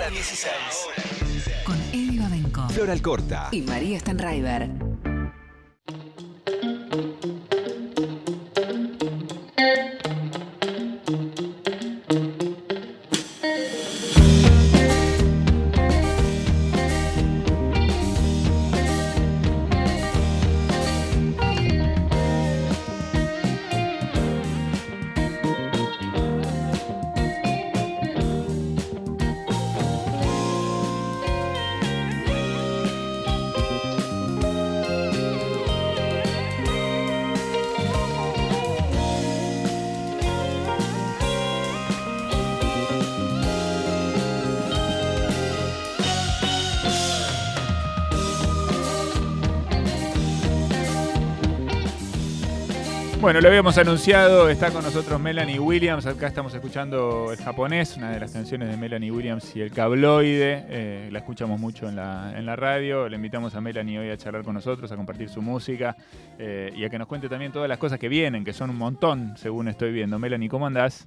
16. Con Eddie Babenco, Flor Alcorta y María Stanraiver. Bueno, lo habíamos anunciado, está con nosotros Melanie Williams. Acá estamos escuchando el japonés, una de las canciones de Melanie Williams y el cabloide. La escuchamos mucho en la radio. Le invitamos a Melanie hoy a charlar con nosotros, a compartir su música y a que nos cuente también todas las cosas que vienen, que son un montón, según estoy viendo. Melanie, ¿cómo andás?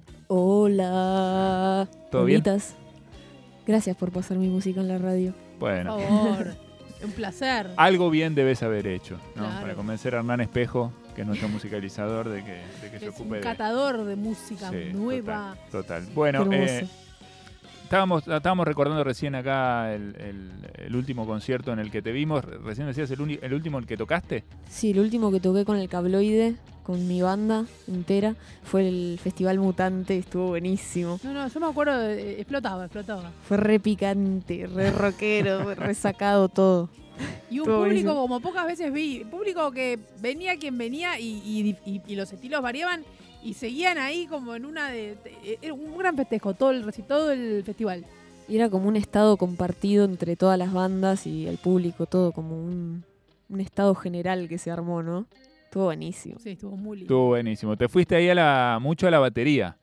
Hola. ¿Todo bien? Gracias por pasar mi música en la radio. Bueno. Por favor, un placer. Algo bien debes haber hecho, ¿no? Claro. Para convencer a Hernán Espejo, que es nuestro musicalizador, de que se Es ocupe un de... catador de música Sí, nueva. Total. Bueno, Qué hermoso. estábamos recordando recién acá el último concierto en el que te vimos. Recién decías el último en el que tocaste. Sí, el último que toqué con el cabloide, con mi banda entera, fue el Festival Mutante, estuvo buenísimo. No, yo me acuerdo, explotaba. Fue re picante, re rockero, re sacado todo. Y un Estuvo público buenísimo. como pocas veces vi. Público que venía quien venía y los estilos variaban y seguían ahí como en era un gran festejo, todo el festival. Y era como un estado compartido entre todas las bandas y el público, todo como un estado general que se armó, ¿no? Estuvo buenísimo. Sí, estuvo muy lindo. Estuvo buenísimo. Te fuiste ahí mucho a la batería.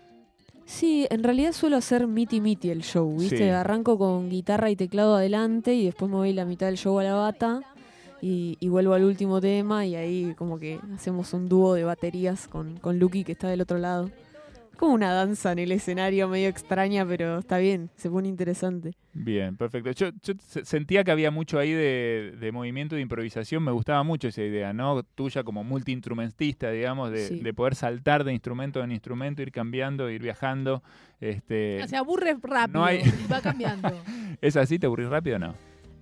Sí, en realidad suelo hacer miti el show, ¿viste? Sí. Arranco con guitarra y teclado adelante y después me voy la mitad del show a la bata y vuelvo al último tema y ahí como que hacemos un dúo de baterías con Lucky que está del otro lado. Como una danza en el escenario medio extraña, pero está bien, se pone interesante. Bien, perfecto. Yo sentía que había mucho ahí de movimiento de improvisación. Me gustaba mucho esa idea, ¿no? Tuya como multiinstrumentista, digamos, Sí. de poder saltar de instrumento en instrumento, ir cambiando, ir viajando. Se aburre rápido no hay- y va cambiando. ¿Es así? ¿Te aburrís rápido o no?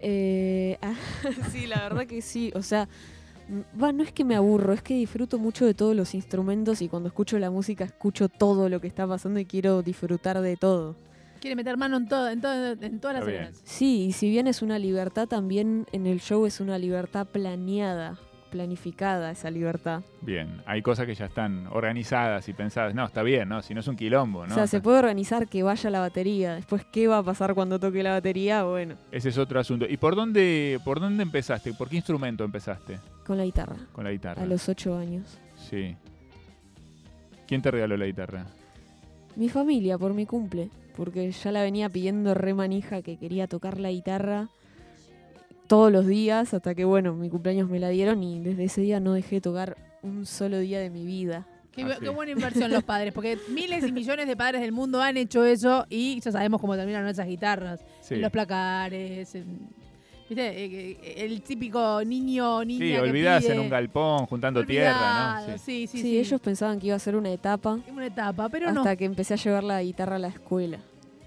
Sí, la verdad que sí. O sea, no es que me aburro, es que disfruto mucho de todos los instrumentos y cuando escucho la música escucho todo lo que está pasando y quiero disfrutar de todo. Quiere meter mano en todas las Está bien. escenas. Sí, y si bien es una libertad, también en el show es una libertad planeada, planificada esa libertad. Bien, hay cosas que ya están organizadas y pensadas. No, está bien, ¿no? Si no es un quilombo, ¿no? O sea, se puede organizar que vaya la batería. Después, ¿qué va a pasar cuando toque la batería? Bueno, Ese es otro asunto. ¿Y por dónde empezaste? ¿Por qué instrumento empezaste? con la guitarra, Con la guitarra. a los 8 años. Sí. ¿Quién te regaló la guitarra? Mi familia, por mi cumple, porque ya la venía pidiendo re manija que quería tocar la guitarra todos los días, hasta que, bueno, mi cumpleaños me la dieron y desde ese día no dejé de tocar un solo día de mi vida. Qué, Ah, sí. qué buena inversión los padres, porque miles y millones de padres del mundo han hecho eso y ya sabemos cómo terminan nuestras guitarras. Sí. En los placares, ¿viste? El típico niña Sí, que olvidás pide. en un galpón juntando tierra, ¿no? Olvidado, Sí. Sí, Ellos pensaban que iba a ser una etapa Es una etapa, pero hasta no. que empecé a llevar la guitarra a la escuela.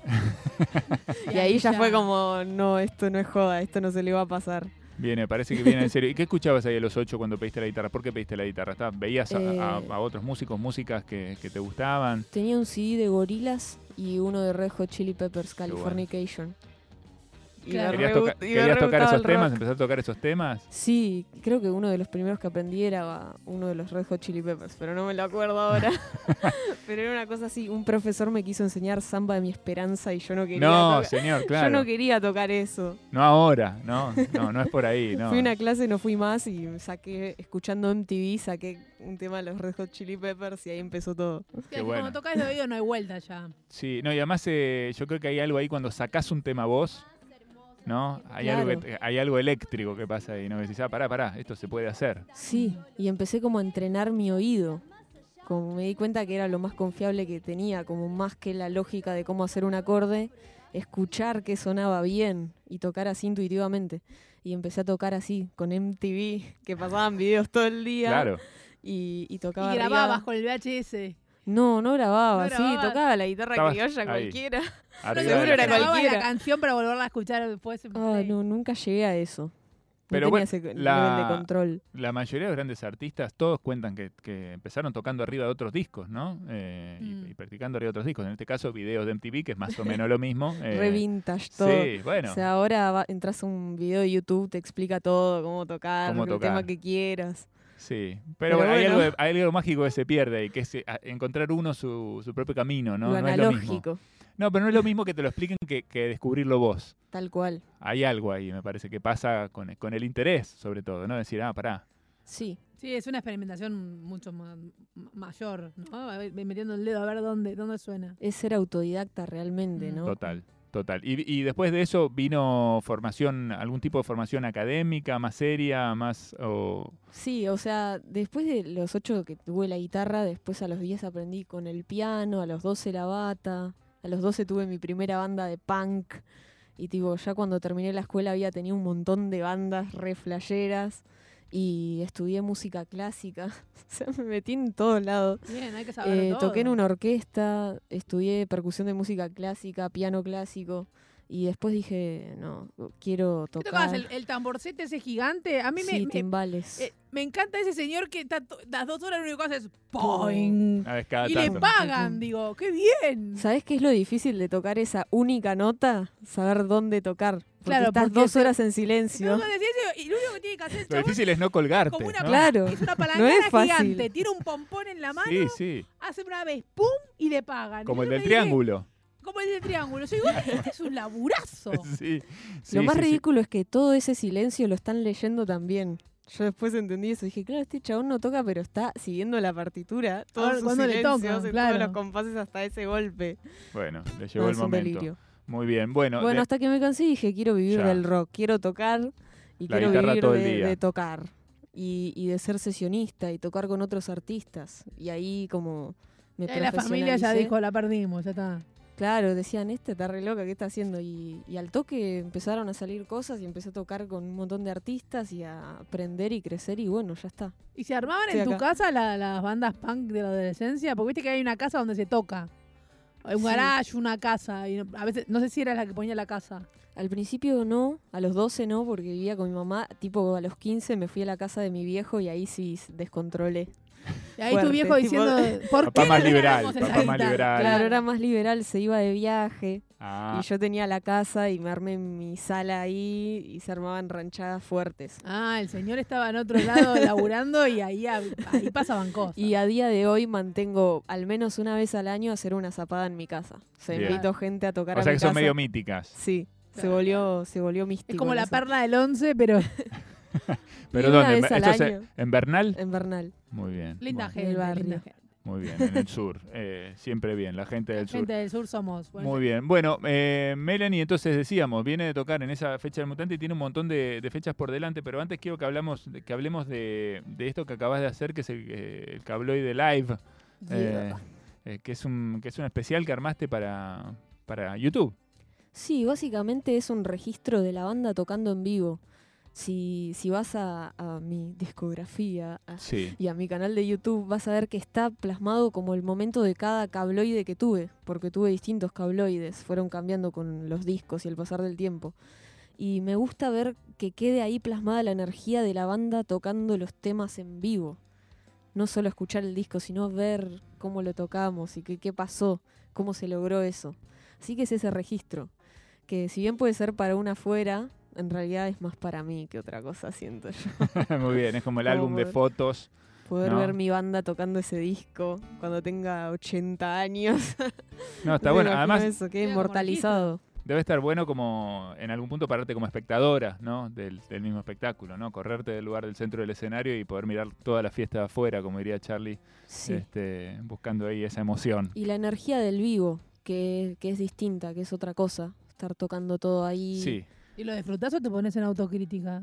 Y Y ahí ya fue como, no, esto no es joda, esto no se le va a pasar. Parece que viene en serio. ¿Y qué escuchabas ahí a los 8 cuando pediste la guitarra? ¿Por qué pediste la guitarra? ¿Veías a otros músicas que te gustaban? Tenía un CD de Gorillaz y uno de Red Hot Chili Peppers, Californication. Y Claro. me ¿Querías, re toca- gust- y me querías re tocar gustaba esos el temas? rock. ¿Empezar a tocar esos temas? Sí, creo que uno de los primeros que aprendí era uno de los Red Hot Chili Peppers, pero no me lo acuerdo ahora. Pero era una cosa así, un profesor me quiso enseñar Samba de mi Esperanza y yo no quería No, tocar. señor, Yo claro. no quería tocar eso. No ahora, no es por ahí. No. Fui a una clase, no fui más y saqué, escuchando MTV, saqué un tema de los Red Hot Chili Peppers y ahí empezó todo. Qué bueno. Cuando tocas de oído no hay vuelta ya. Sí, no, y además yo creo que hay algo ahí cuando sacás un tema vos, ¿no? Claro. Hay algo eléctrico que pasa ahí, ¿no? Que decís, pará, esto se puede hacer. Sí, y empecé como a entrenar mi oído. Como me di cuenta que era lo más confiable que tenía, como más que la lógica de cómo hacer un acorde, escuchar qué sonaba bien y tocar así intuitivamente. Y empecé a tocar así, con MTV, que pasaban videos todo el día. Claro. Y tocaba Y grababas arriba. con el VHS. No grababa, ¿No sí, grababas? tocaba la guitarra Estabas criolla ahí. cualquiera. Arriba seguro de la era cama. grababas cualquiera. la canción para volverla a escuchar después. En Ah, play. no, nunca llegué a eso. Pero no bueno, tenía ese la- nivel de control. La mayoría de los grandes artistas, todos cuentan que empezaron tocando arriba de otros discos, ¿no? Y practicando arriba de otros discos. En este caso, videos de MTV, que es más o menos lo mismo. Re vintage todo. Sí, bueno. O sea, ahora entras a un video de YouTube, te explica todo, cómo tocar, Cómo el tocar. tema que quieras. Sí, pero Pero bueno, bueno. hay algo mágico que se pierde y que es encontrar uno su propio camino, ¿no? Lo No es lo mismo. analógico, No, pero no es lo mismo que te lo expliquen que descubrirlo vos. tal cual. Hay algo ahí, me parece, que pasa con el interés, sobre todo, ¿no? Decir, pará. Sí, Sí, es una experimentación mucho mayor, ¿no? Metiendo el dedo a ver dónde suena. es ser autodidacta realmente, ¿no? Total. Y después de eso vino formación, algún tipo de formación académica, más seria, más... Sí, o sea, después de los 8 que tuve la guitarra, después a los 10 aprendí con el piano, a los 12 la bata, a los 12 tuve mi primera banda de punk y tipo, ya cuando terminé la escuela había tenido un montón de bandas re flasheras y estudié música clásica, o sea, me metí en todos lados. Bien, hay que saber todo. Toqué en una orquesta, estudié percusión de música clásica, piano clásico y después dije, no, quiero ¿Qué tocar. tocabas? ¿El tamborcete ese gigante? A mí Sí, timbales. me encanta ese señor que está las 2 horas lo único que hace es ¡poing! Una vez cada Y le tanto. pagan, digo, ¡qué bien! ¿Sabés qué es lo difícil de tocar esa única nota? Saber dónde tocar. Porque Claro, estás porque 2 horas en silencio. Tengo que decir eso, y lo único que tiene que hacer el Lo chabón difícil es no colgarte, como una ¿no? Claro. es una No palangana es fácil. gigante, tiene un pompón en la mano, Sí, sí. hace una vez ¡pum! Y le pagan. Como Y el yo del me dije, triángulo. Como el del triángulo. Yo digo, este es un laburazo. Sí, Lo sí, más sí, sí. ridículo es que todo ese silencio lo están leyendo también. Yo después entendí eso. Dije, claro, este chabón no toca, pero está siguiendo la partitura. Todos sus cuando le silencios, toca, en claro. todos los compases hasta ese golpe. Bueno, le No, llegó el es un momento. delirio. Muy bien. Bueno, Bueno, hasta que me cansé dije, quiero vivir Ya. del rock, quiero tocar y La quiero guitarra vivir todo el día. de tocar y de ser sesionista y tocar con otros artistas. Y ahí como me Y ahí la familia ya profesionalicé. dijo, la perdimos, ya está. Claro, decían, está re loca, ¿qué está haciendo? Y al toque empezaron a salir cosas y empecé a tocar con un montón de artistas y a aprender y crecer y bueno, ya está. ¿Y se armaban Estoy en tu acá. casa las bandas punk de la adolescencia? Porque viste que hay una casa donde se toca. Hay un Sí. garage, una casa. Y a veces, no sé si era la que ponía la casa. Al principio no, a los 12 no, porque vivía con mi mamá. Tipo, a los 15 me fui a la casa de mi viejo y ahí sí descontrolé. Y ahí Fuerte, tu viejo tipo- diciendo, ¿por Papá qué más no liberal, regalamos esa papá más guitarra? liberal. Claro, era más liberal, se iba de viaje Ah, y yo tenía la casa y me armé mi sala ahí y se armaban ranchadas fuertes. Ah, el señor estaba en otro lado laburando y ahí pasaban cosas. Y a día de hoy mantengo al menos una vez al año hacer una zapada en mi casa. O sea, Bien. invito gente a tocar o a sea mi que son casa. medio míticas. Sí, Claro, se volvió místico. es como la eso. perla del 11, pero ¿Pero Y una dónde? vez al ¿Esto es año. en Bernal? En Bernal. Muy bien. linda Bueno, gente, Del barrio. linda gente. muy bien, en el sur. Siempre bien, la gente del La sur. gente del sur somos. Bueno, Muy bien. Bueno, Melanie, entonces decíamos, viene de tocar en esa fecha del Mutante y tiene un montón de fechas por delante, pero antes quiero que hablemos de esto que acabas de hacer, que es el Cabloide Live, Yeah. que es un especial que armaste para YouTube. Sí, básicamente es un registro de la banda tocando en vivo. Si vas a mi discografía Sí. y a mi canal de YouTube, vas a ver que está plasmado como el momento de cada cabloide que tuve, porque tuve distintos cabloides, fueron cambiando con los discos y el pasar del tiempo. Y me gusta ver que quede ahí plasmada la energía de la banda tocando los temas en vivo. No solo escuchar el disco, sino ver cómo lo tocamos y qué pasó, cómo se logró eso. Así que es ese registro, que si bien puede ser para una afuera, en realidad es más para mí que otra cosa, siento yo. Muy bien, es como el Como álbum de poder- fotos. Poder No. ver mi banda tocando ese disco cuando tenga 80 años. No, está Me bueno. imagino Además, eso, quede Queda como inmortalizado. debe estar bueno como en algún punto pararte como espectadora, ¿no? Del mismo espectáculo, ¿no? Correrte del lugar del centro del escenario y poder mirar toda la fiesta de afuera, como diría Charlie, Sí. buscando ahí esa emoción. Y la energía del vivo, que es distinta, que es otra cosa. Estar tocando todo ahí. Sí. ¿Y lo disfrutás o te pones en autocrítica?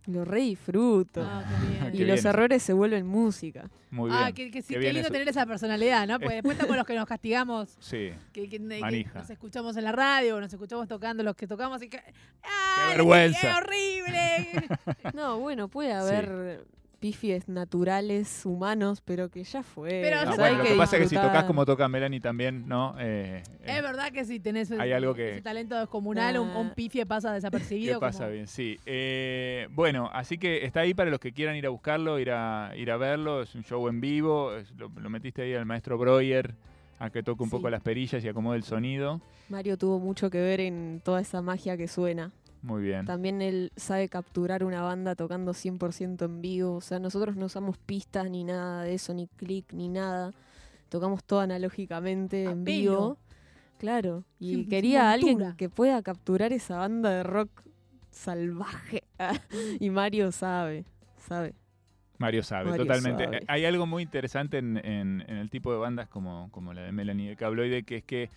Lo re disfruto. Ah, qué bien. Y Qué los bien. errores se vuelven música. Muy bien. Ah, que sí, Qué qué bien lindo eso. tener esa personalidad, ¿no? Porque después estamos los que nos castigamos, Sí. que Manija. nos escuchamos en la radio, nos escuchamos tocando los que tocamos y que... ¡Ah, ¡Qué vergüenza! ¡Qué horrible! No, bueno, puede haber pifies naturales, humanos, pero que ya fue. Pero No, ya O sea, bueno, hay lo que pasa es que si disfrutar. tocas como toca Melanie también, ¿no? Es verdad que si tenés Hay algo que- ese talento descomunal, un pifie pasa ¿Qué desapercibido. pasa como- bien? Sí. Bueno, así que está ahí para los que quieran ir a buscarlo, ir a verlo. Es un show en vivo. Lo metiste ahí al maestro Breuer a que toque un Sí. poco las perillas y acomode el sonido. Mario tuvo mucho que ver en toda esa magia que suena. Muy bien. También él sabe capturar una banda tocando 100% en vivo. O sea, nosotros no usamos pistas ni nada de eso, ni click, ni nada. Tocamos todo analógicamente A en pelo. vivo. Claro. Y Sin quería a alguien montura. que pueda capturar esa banda de rock salvaje. Y Mario sabe. Mario sabe, Mario totalmente. sabe. Hay algo muy interesante en el tipo de bandas como la de Melanie de Cabloide, que es que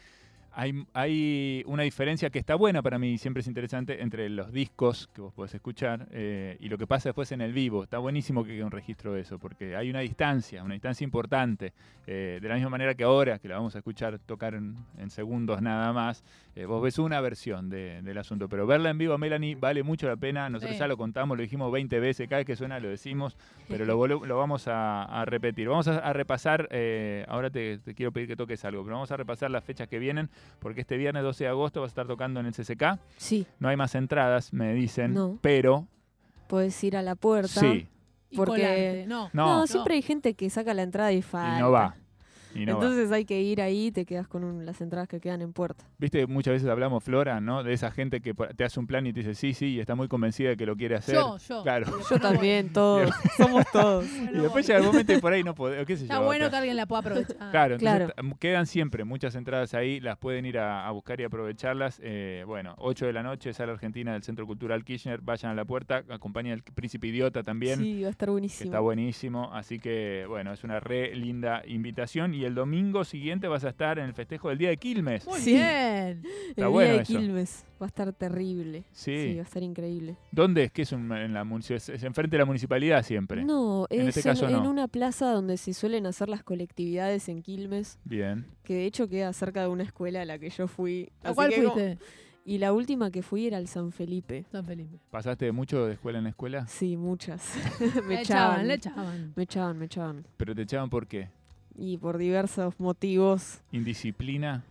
hay una diferencia que está buena para mí, siempre es interesante, entre los discos que vos podés escuchar y lo que pasa después en el vivo. Está buenísimo que quede un registro de eso, porque hay una distancia importante. De la misma manera que ahora, que la vamos a escuchar tocar en segundos nada más, vos ves una versión del asunto, pero verla en vivo a Melanie vale mucho la pena. Nosotros Sí. ya lo contamos, lo dijimos 20 veces, cada vez que suena lo decimos, pero lo vamos a repetir. Vamos a repasar, ahora te quiero pedir que toques algo, pero vamos a repasar las fechas que vienen, porque este viernes 12 de agosto vas a estar tocando en el CCK. Sí, No hay más entradas, me dicen, No. pero podés ir a la puerta. sí, Y Porque- colarte. No. no, Siempre hay gente que saca la entrada y falta. y no va. Y no va. Entonces hay que ir ahí y te quedas con las entradas que quedan en puerta. Viste, muchas veces hablamos, Flora, ¿no? De esa gente que te hace un plan y te dice sí, y está muy convencida de que lo quiere hacer. Yo. Claro. Y después Yo no voy. también, todos. Somos todos. Bueno, Y después voy. llega el momento y por ahí no podés, qué sé yo. Está bueno otra. que alguien la pueda aprovechar. Claro, entonces Claro. quedan siempre muchas entradas ahí, las pueden ir a buscar y aprovecharlas. Bueno, 8 de la noche, Sala Argentina del Centro Cultural Kirchner, vayan a la puerta, acompaña al Príncipe Idiota también, Sí, va a estar que buenísimo. está buenísimo. Así que, bueno, es una re linda invitación. Y el domingo siguiente vas a estar en el festejo del Día de Quilmes. Muy Sí. bien. Está El bueno día de eso. Quilmes va a estar terrible. Sí. Va a estar increíble. ¿Dónde es? ¿Qué es en la es enfrente de la municipalidad siempre? No, En es este caso en no. una plaza donde se suelen hacer las colectividades en Quilmes, Bien. que de hecho queda cerca de una escuela a la que yo fui. ¿A Así cuál que fuiste? Y la última que fui era al San Felipe. San Felipe. ¿Pasaste mucho de escuela en escuela? Sí, muchas. Le Me echaban, echaban. le echaban. Me echaban. ¿Pero te echaban por qué? Y por diversos motivos. ¿Indisciplina?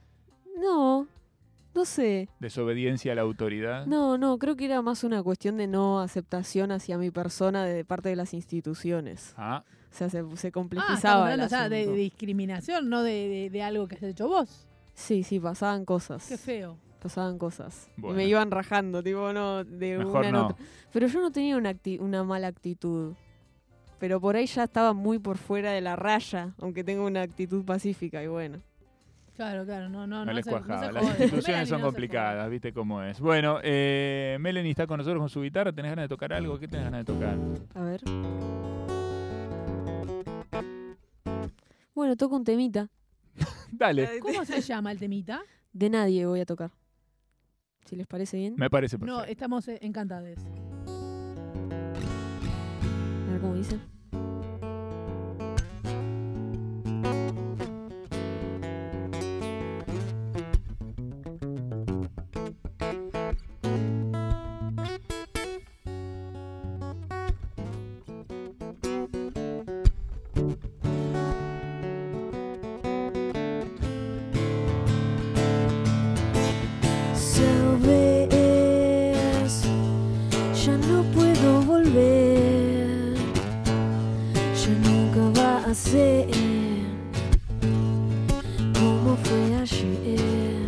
No sé. ¿Desobediencia a la autoridad? No, creo que era más una cuestión de no aceptación hacia mi persona de parte de las instituciones. Ah, O sea, se Ah, estamos complejizaba el hablando ya de asunto. discriminación, no de algo que has hecho vos. Sí, pasaban cosas. Qué feo. Pasaban cosas. Bueno. Y me iban rajando, tipo, no, de Mejor una en no. otra. Pero yo no tenía una mala actitud. Pero por ahí ya estaba muy por fuera de la raya, aunque tengo una actitud pacífica y bueno. Claro, no les se- no se cuajaba. Las jode. instituciones Melanie son no se complicadas, ¿viste cómo es? Bueno, Melanie está con nosotros con su guitarra. ¿Tenés ganas de tocar algo? ¿Qué tenés ganas de tocar? A ver. Bueno, toco un temita. Dale. jode. ¿Cómo se llama el temita? De nadie voy a tocar. Si les parece bien. Me parece perfecto. No, estamos encantados. A ver cómo dice. Sabes, ya no puedo volver, ya nunca va a ser como fue ayer,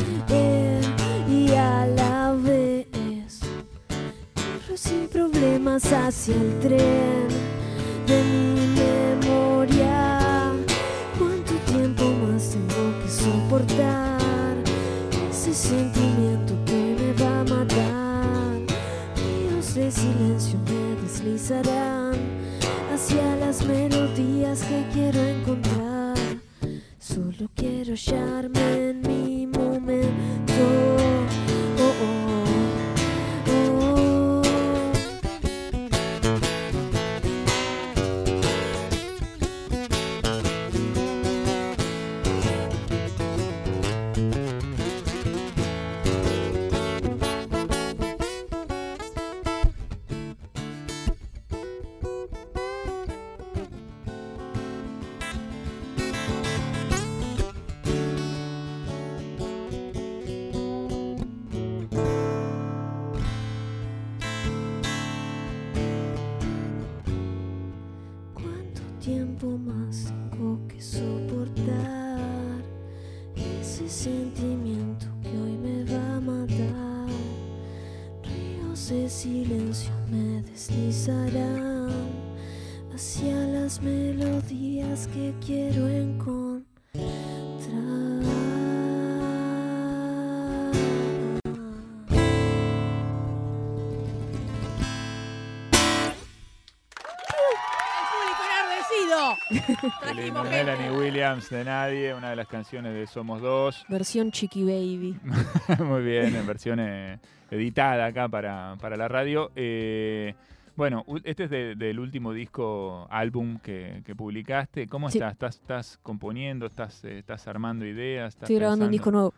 y a la vez corro sin problemas hacia el tren de mi memoria. ¿Cuánto tiempo más tengo que soportar ese sentimiento que me va a matar? Ríos de silencio me deslizarán hacia las melodías que quiero encontrar. Solo quiero hallarme en mi momento. Oh, oh, oh. Caminos de silencio me deslizarán hacia las melodías que quiero encontrar. Lindo, Melanie Williams de Nadie, una de las canciones de Somos Dos. Versión Chiqui Baby. Muy bien, en versión editada acá para la radio. Bueno, este es del último álbum que publicaste. ¿Cómo Sí. estás? ¿Estás componiendo? ¿Estás armando ideas? ¿Estás Estoy grabando un disco pensando?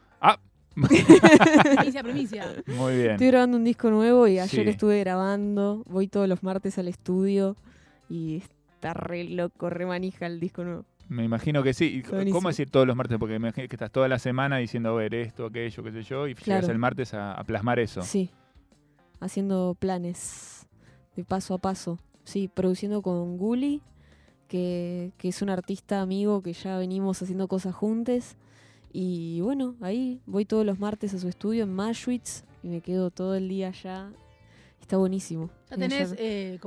nuevo. Primicia. Muy bien. Estoy grabando un disco nuevo y ayer Sí. estuve grabando. Voy todos los martes al estudio y está re loco, re manija el disco nuevo. Me imagino que sí. ¿Y Buenísimo. ¿Cómo decir todos los martes? Porque me imagino que estás toda la semana diciendo, a ver, esto, aquello, qué sé yo, y Claro. llegas el martes a plasmar eso. Sí, haciendo planes de paso a paso. Sí, produciendo con Guli, que es un artista amigo que ya venimos haciendo cosas juntos. Y bueno, ahí voy todos los martes a su estudio en Maschwitz y me quedo todo el día allá. Está buenísimo. ¿Ya Y tenés ayer-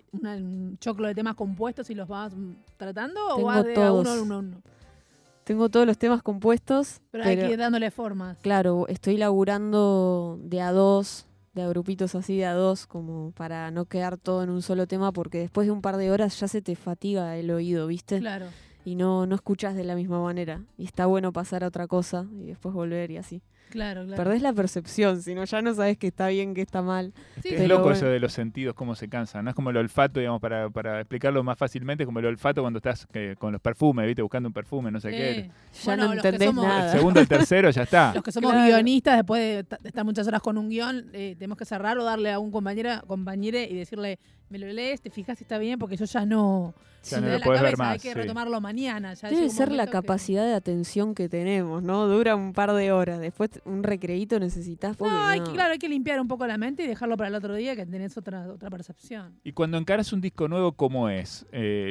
un choclo de temas compuestos y los vas tratando o Tengo vas de a todos. uno? Tengo todos los temas compuestos, Pero hay que ir dándole formas. claro, estoy laburando de a dos, de a grupitos así de a dos, como para no quedar todo en un solo tema, porque después de un par de horas ya se te fatiga el oído, ¿viste? Claro. Y no escuchas de la misma manera. Y está bueno pasar a otra cosa y después volver y así. Claro. Perdés la percepción, si no ya no sabes qué está bien, qué está mal. Sí, Es pero loco bueno. eso de los sentidos, cómo se cansan. No es como el olfato, digamos, para explicarlo más fácilmente, es como el olfato cuando estás con los perfumes, ¿viste? Buscando un perfume, no sé qué. Ya Bueno, no los que entendés somos- El nada. segundo, el tercero, ya está. Los que somos Claro. guionistas, después de estar muchas horas con un guión, tenemos que cerrar o darle a un compañero y decirle, me lo lees, te fijas si está bien, porque yo ya no... Ya se no me lo da la podés ver cabeza, más, hay que sí. retomarlo mañana. Ya Debe llega un ser la momento que- capacidad de atención que tenemos, ¿no? Dura un par de horas. Después un recreíto necesitas porque No, claro, hay que limpiar un poco la mente y dejarlo para el otro día que tenés otra percepción. Y cuando encaras un disco nuevo, ¿cómo es?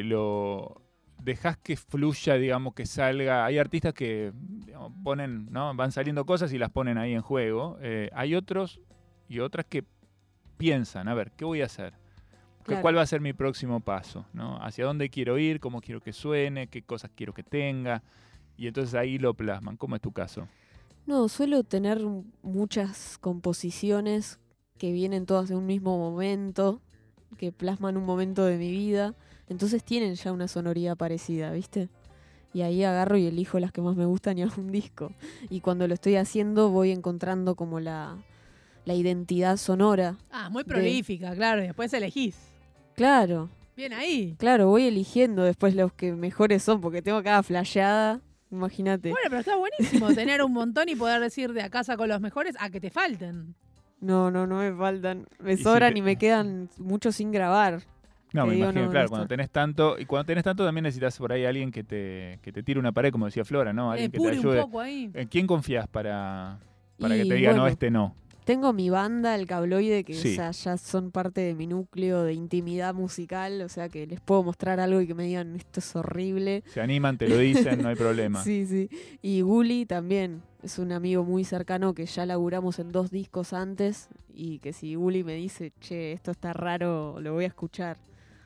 ¿Lo dejás que fluya, digamos, que salga? Hay artistas que digamos, ponen, ¿no? Van saliendo cosas y las ponen ahí en juego. Hay otros y otras que piensan, a ver, ¿qué voy a hacer? Claro. ¿Cuál va a ser mi próximo paso? ¿No? ¿Hacia dónde quiero ir? ¿Cómo quiero que suene? ¿Qué cosas quiero que tenga? Y entonces ahí lo plasman. ¿Cómo es tu caso? No, suelo tener muchas composiciones que vienen todas de un mismo momento, que plasman un momento de mi vida. Entonces tienen ya una sonoridad parecida, ¿viste? Y ahí agarro y elijo las que más me gustan y hago un disco. Y cuando lo estoy haciendo voy encontrando como la identidad sonora. Ah, muy prolífica, claro, y después elegís. Claro, Bien ahí. claro, voy eligiendo después los que mejores son, porque tengo cada flasheada, imagínate. Bueno, pero está buenísimo tener un montón y poder decir de acá saco los mejores a que te falten. No me faltan. Me Y si sobran te- y me quedan muchos sin grabar. No, Te me digo, imagino, no, claro, no cuando está. tenés tanto, y cuando tenés tanto también necesitas por ahí alguien que te tire una pared, como decía Flora, ¿no? Alguien que te Pure un ayude. poco ahí. ¿En quién confías para que Y, te diga no, bueno, este no? Tengo mi banda, el Cabloide, que Sí. o sea, ya son parte de mi núcleo de intimidad musical, o sea que les puedo mostrar algo y que me digan esto es horrible. Se animan, te lo dicen, no hay problema. Sí, sí. Y Guli también es un amigo muy cercano que ya laburamos en 2 discos antes y que si Guli me dice, che, esto está raro, lo voy a escuchar.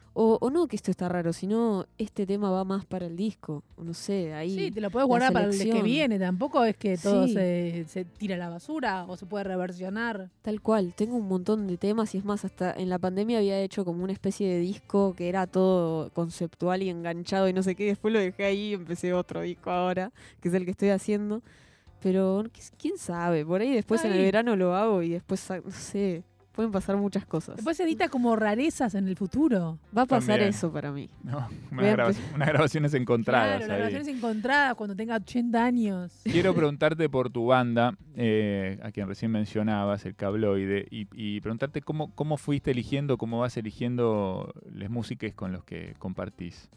O no que esto está raro, sino este tema va más para el disco, o no sé, ahí. Sí, te lo puedes la guardar para el que selección. viene. Tampoco es que todo Sí. se tira a la basura o se puede reversionar. Tal cual, tengo un montón de temas y es más, hasta en la pandemia había hecho como una especie de disco que era todo conceptual y enganchado y no sé qué, después lo dejé ahí y empecé otro disco ahora, que es el que estoy haciendo. Pero quién sabe, por ahí después en el Ahí. verano lo hago y después, no sé, pueden pasar muchas cosas. Después se edita como rarezas en el futuro. Va a pasar También. eso para mí. No, Voy a unas grabaciones encontradas Claro, las ahí. relaciones encontradas cuando tenga 80 años. Quiero preguntarte por tu banda, a quien recién mencionabas, el Cabloide, y preguntarte cómo fuiste eligiendo, cómo vas eligiendo las músicas con los que compartís.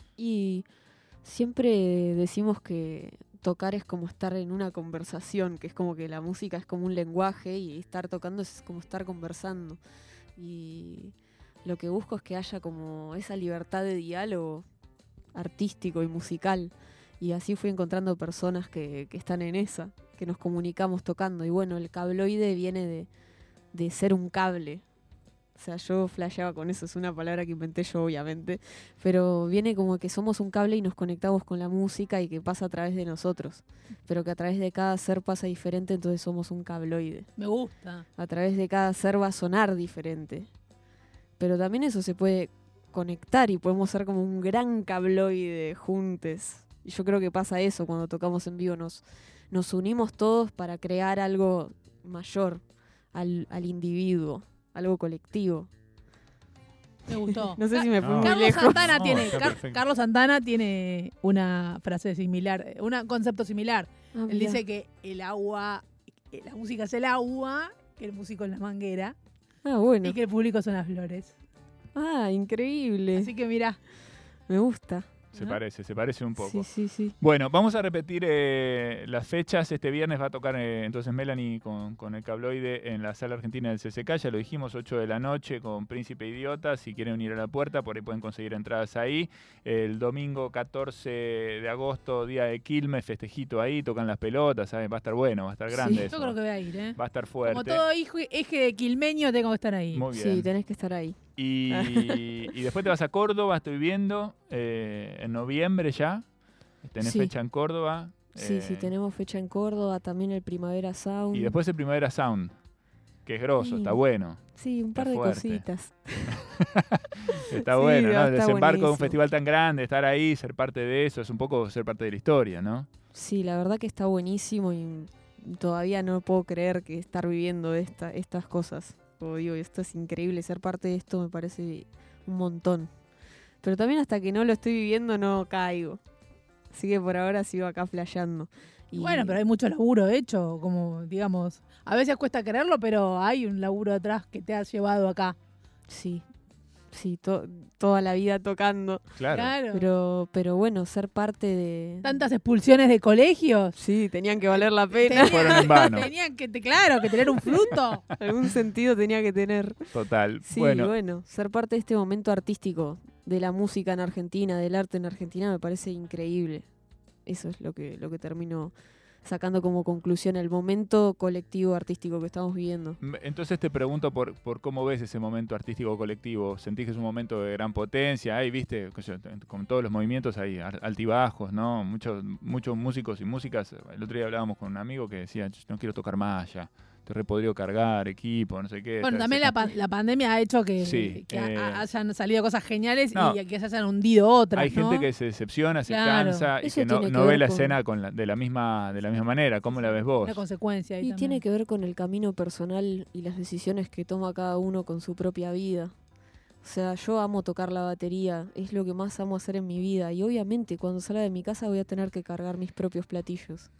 Y siempre decimos que tocar es como estar en una conversación, que es como que la música es como un lenguaje y estar tocando es como estar conversando. Y lo que busco es que haya como esa libertad de diálogo artístico y musical. Y así fui encontrando personas que están en esa, que nos comunicamos tocando. Y bueno, el Cabloide viene de ser un cable. O sea, yo flasheaba con eso, es una palabra que inventé yo, obviamente, pero viene como que somos un cable y nos conectamos con la música y que pasa a través de nosotros, pero que a través de cada ser pasa diferente, entonces somos un cabloide. Me gusta. A través de cada ser va a sonar diferente, pero también eso se puede conectar y podemos ser como un gran cabloide juntos. Y yo creo que pasa eso cuando tocamos en vivo, nos unimos todos para crear algo mayor al individuo. Algo colectivo. Me gustó. No sé si me fui muy Carlos lejos. Santana No, tiene, está perfecto. Carlos Santana tiene una frase similar, un concepto similar. Ah, Él mirá. dice que el agua, la música es el agua, que el músico es la manguera Ah, bueno. y que el público son las flores. Ah, increíble. Así que mirá. Me gusta. Se parece un poco. Sí, sí, sí. Bueno, vamos a repetir las fechas. Este viernes va a tocar entonces Melanie con el cabloide en la sala argentina del CCK. Ya lo dijimos, 8 de la noche con Príncipe Idiota. Si quieren unir a la puerta, por ahí pueden conseguir entradas ahí. El domingo 14 de agosto, día de Quilmes, festejito ahí, tocan las pelotas, ¿sabes? Va a estar bueno, va a estar grande Sí. eso. Yo creo que voy a ir, ¿eh? Va a estar fuerte. Como todo eje de quilmeño tengo que estar ahí. Muy bien. Sí, tenés que estar ahí. Y después te vas a Córdoba, estoy viendo, en noviembre ya. Tenés Sí. fecha en Córdoba. Sí, sí, tenemos fecha en Córdoba, también el Primavera Sound. Y después el Primavera Sound, que es grosso, Sí. está bueno. Sí, un par está de fuerte. cositas. Está Sí, bueno, ¿no? está El desembarco de un buenísimo. festival tan grande, estar ahí, ser parte de eso, es un poco ser parte de la historia, ¿no? Sí, la verdad que está buenísimo y todavía no puedo creer que estar viviendo estas cosas. Como digo, esto es increíble, ser parte de esto me parece un montón. Pero también hasta que no lo estoy viviendo no caigo. Así que por ahora sigo acá flasheando. Y Bueno, pero hay mucho laburo hecho, como digamos, a veces cuesta creerlo, pero hay un laburo atrás que te ha llevado acá. sí, toda la vida tocando. Claro. Pero bueno, ser parte de... Tantas expulsiones de colegios. Sí, tenían que valer la pena. Fueron en vano. Tenían que, claro, que tener un fruto. Algún sentido tenía que tener. Total. Sí, bueno, bueno, ser parte de este momento artístico, de la música en Argentina, del arte en Argentina, me parece increíble. Eso es lo que termino sacando como conclusión, el momento colectivo artístico que estamos viviendo. entonces te pregunto por cómo ves ese momento artístico colectivo. ¿Sentís que es un momento de gran potencia? Ahí, viste, con todos los movimientos hay altibajos, ¿no? Muchos músicos y músicas. El otro día hablábamos con un amigo que decía, no quiero tocar más ya. Te repodrió cargar equipo, no sé qué. Bueno, también la pandemia ha hecho que, Sí, hayan salido cosas geniales no. y que se hayan hundido otras. Hay ¿no? gente que se decepciona, se Claro. cansa y Eso que no tiene que ve ver la con- escena de la misma manera. ¿Cómo la ves vos? Una consecuencia ahí Y también. tiene que ver con el camino personal y las decisiones que toma cada uno con su propia vida. O sea, yo amo tocar la batería, es lo que más amo hacer en mi vida. Y obviamente cuando salga de mi casa voy a tener que cargar mis propios platillos.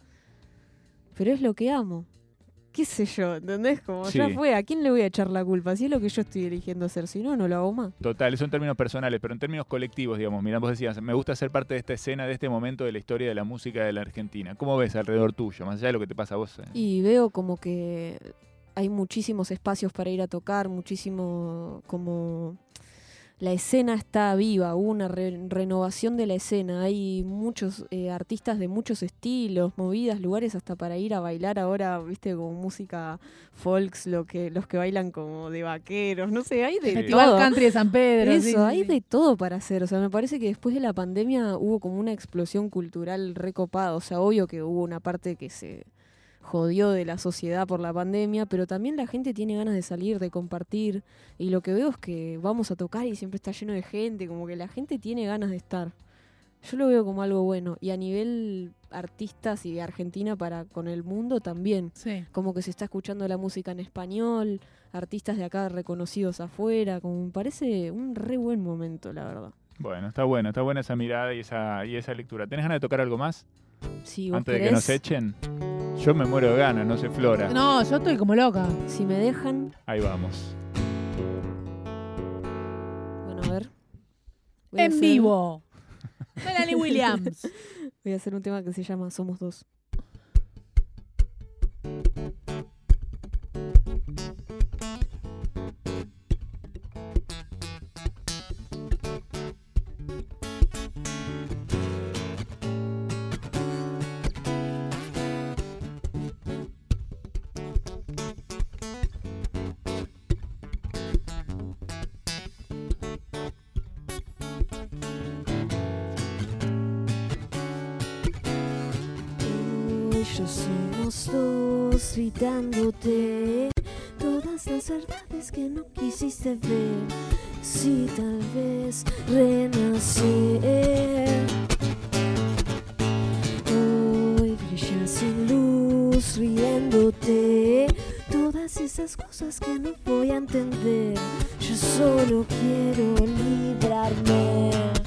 Pero es lo que amo. ¿Qué sé yo? ¿Entendés? Como Sí. ya fue, ¿a quién le voy a echar la culpa? Si es lo que yo estoy eligiendo hacer, si no, no lo hago más. Total, eso en términos personales, pero en términos colectivos, digamos. Mirá, vos decías, me gusta ser parte de esta escena, de este momento de la historia de la música de la Argentina. ¿Cómo ves alrededor tuyo, más allá de lo que te pasa a vos? Y veo como que hay muchísimos espacios para ir a tocar, muchísimo como la escena está viva, hubo una renovación de la escena, hay muchos artistas de muchos estilos, movidas, lugares hasta para ir a bailar ahora, viste, como música folks, los que bailan como de vaqueros, no sé, hay de Festival todo. Country de San Pedro. Eso, sí, hay sí. de todo para hacer. O sea, me parece que después de la pandemia hubo como una explosión cultural recopada. O sea, obvio que hubo una parte que se jodió de la sociedad por la pandemia, pero también la gente tiene ganas de salir, de compartir. Y lo que veo es que vamos a tocar y siempre está lleno de gente, como que la gente tiene ganas de estar. Yo lo veo como algo bueno. Y a nivel artistas y de Argentina para con el mundo también. Sí. Como que se está escuchando la música en español, artistas de acá reconocidos afuera, como me parece un re buen momento, la verdad. Bueno, está buena esa mirada y esa lectura. ¿Tenés ganas de tocar algo más? Si vos Antes de que querés, nos echen. Yo me muero de ganas, no sé, Flora. No, yo estoy como loca. si me dejan, Ahí vamos. bueno, a ver. Voy a En hacer- vivo. Melanie Williams. Voy a hacer un tema que se llama Somos Dos. y yo somos dos gritándote todas las verdades que no quisiste ver. Sí, tal vez renacer. Hoy brillas sin luz riéndote todas esas cosas que no voy a entender. Yo solo quiero librarme.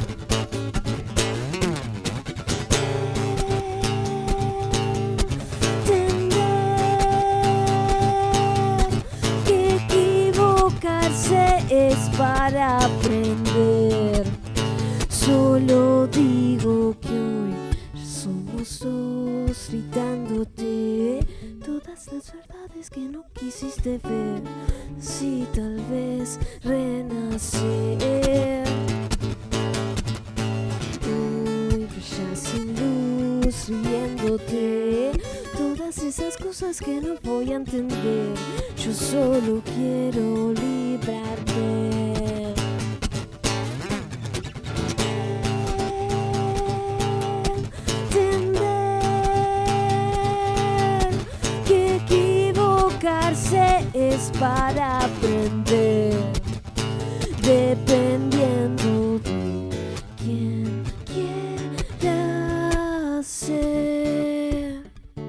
Es para aprender. Solo digo que hoy somos dos gritándote todas las verdades que no quisiste ver. Sí, tal vez renacer. Hoy brillas sin luz riéndote todas esas cosas que no voy a entender. Yo solo quiero librarme. Entender que equivocarse es para aprender. Dependiendo de quién quiera ser.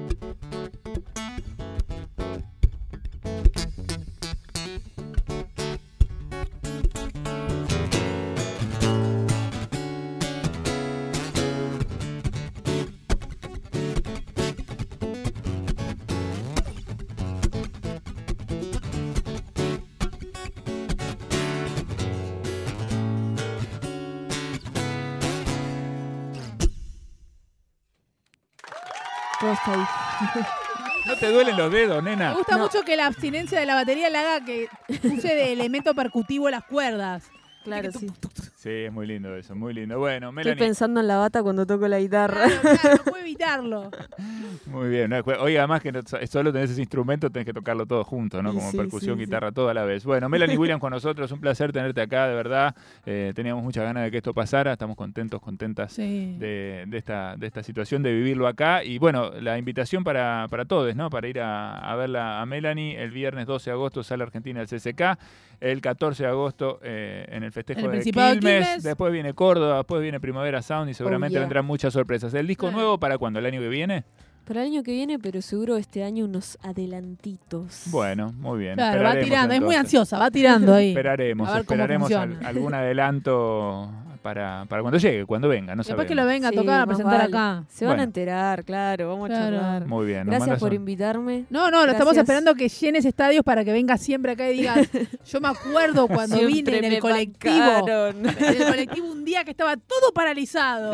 Todo está ahí. ¿No te duelen los dedos, nena? Me gusta No. mucho que la abstinencia de la batería le haga que use de elemento percutivo las cuerdas. Claro, sí. Sí, es muy lindo eso, muy lindo. Bueno, Estoy Melanie. pensando en la bata cuando toco la guitarra. Claro, no puedo evitarlo. Muy bien. Oiga, además que solo tenés ese instrumento, tenés que tocarlo todo junto, ¿no? Sí, Como sí, percusión, sí, guitarra, todo a la vez. Bueno, Melanie Williams con nosotros, un placer tenerte acá, de verdad. Teníamos muchas ganas de que esto pasara, estamos contentas Sí. de esta situación, de vivirlo acá. Y bueno, la invitación para todos, ¿no? Para ir a verla a Melanie el viernes 12 de agosto, Sala Argentina del CCK. El 14 de agosto en el festejo En el de Principado de Quilmes. Quilmes. Después viene Córdoba, después viene Primavera Sound y seguramente yeah. vendrán muchas sorpresas. ¿El disco Claro. nuevo para cuándo? ¿El año que viene? Para el año que viene, pero seguro este año unos adelantitos. Bueno, muy bien. Claro, va esperaremos, tirando. Es muy entonces. ansiosa, va tirando ahí. Esperaremos, A ver cómo esperaremos funciona. algún adelanto para cuando llegue, cuando venga, no Después sabemos. que lo venga a Sí, tocar, a más presentar vale. acá. Se van Bueno. a enterar, claro, vamos Claro. a charlar. Muy bien. nos Gracias mandas por un- invitarme. No, lo estamos Gracias. esperando que llenes estadios para que venga siempre acá y diga, yo me acuerdo cuando Siempre vine en el me colectivo. bancaron. En el colectivo un día que estaba todo paralizado.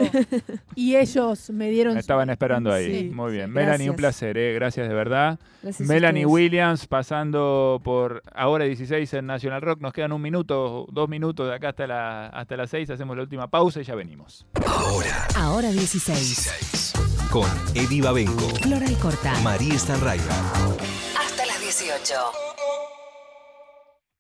Y ellos me dieron... Me estaban esperando ahí. Sí, Muy bien. sí, Melanie, un gracias. placer, gracias de verdad. Gracias a Melanie ustedes. Williams pasando por ahora 16 en National Rock. Nos quedan 1 minuto, 2 minutos de acá hasta las 6. Hacemos la última pausa y ya venimos. Ahora 16. Con Eddie Babenco, Flora y Corta. María Stanraiver. Hasta las 18.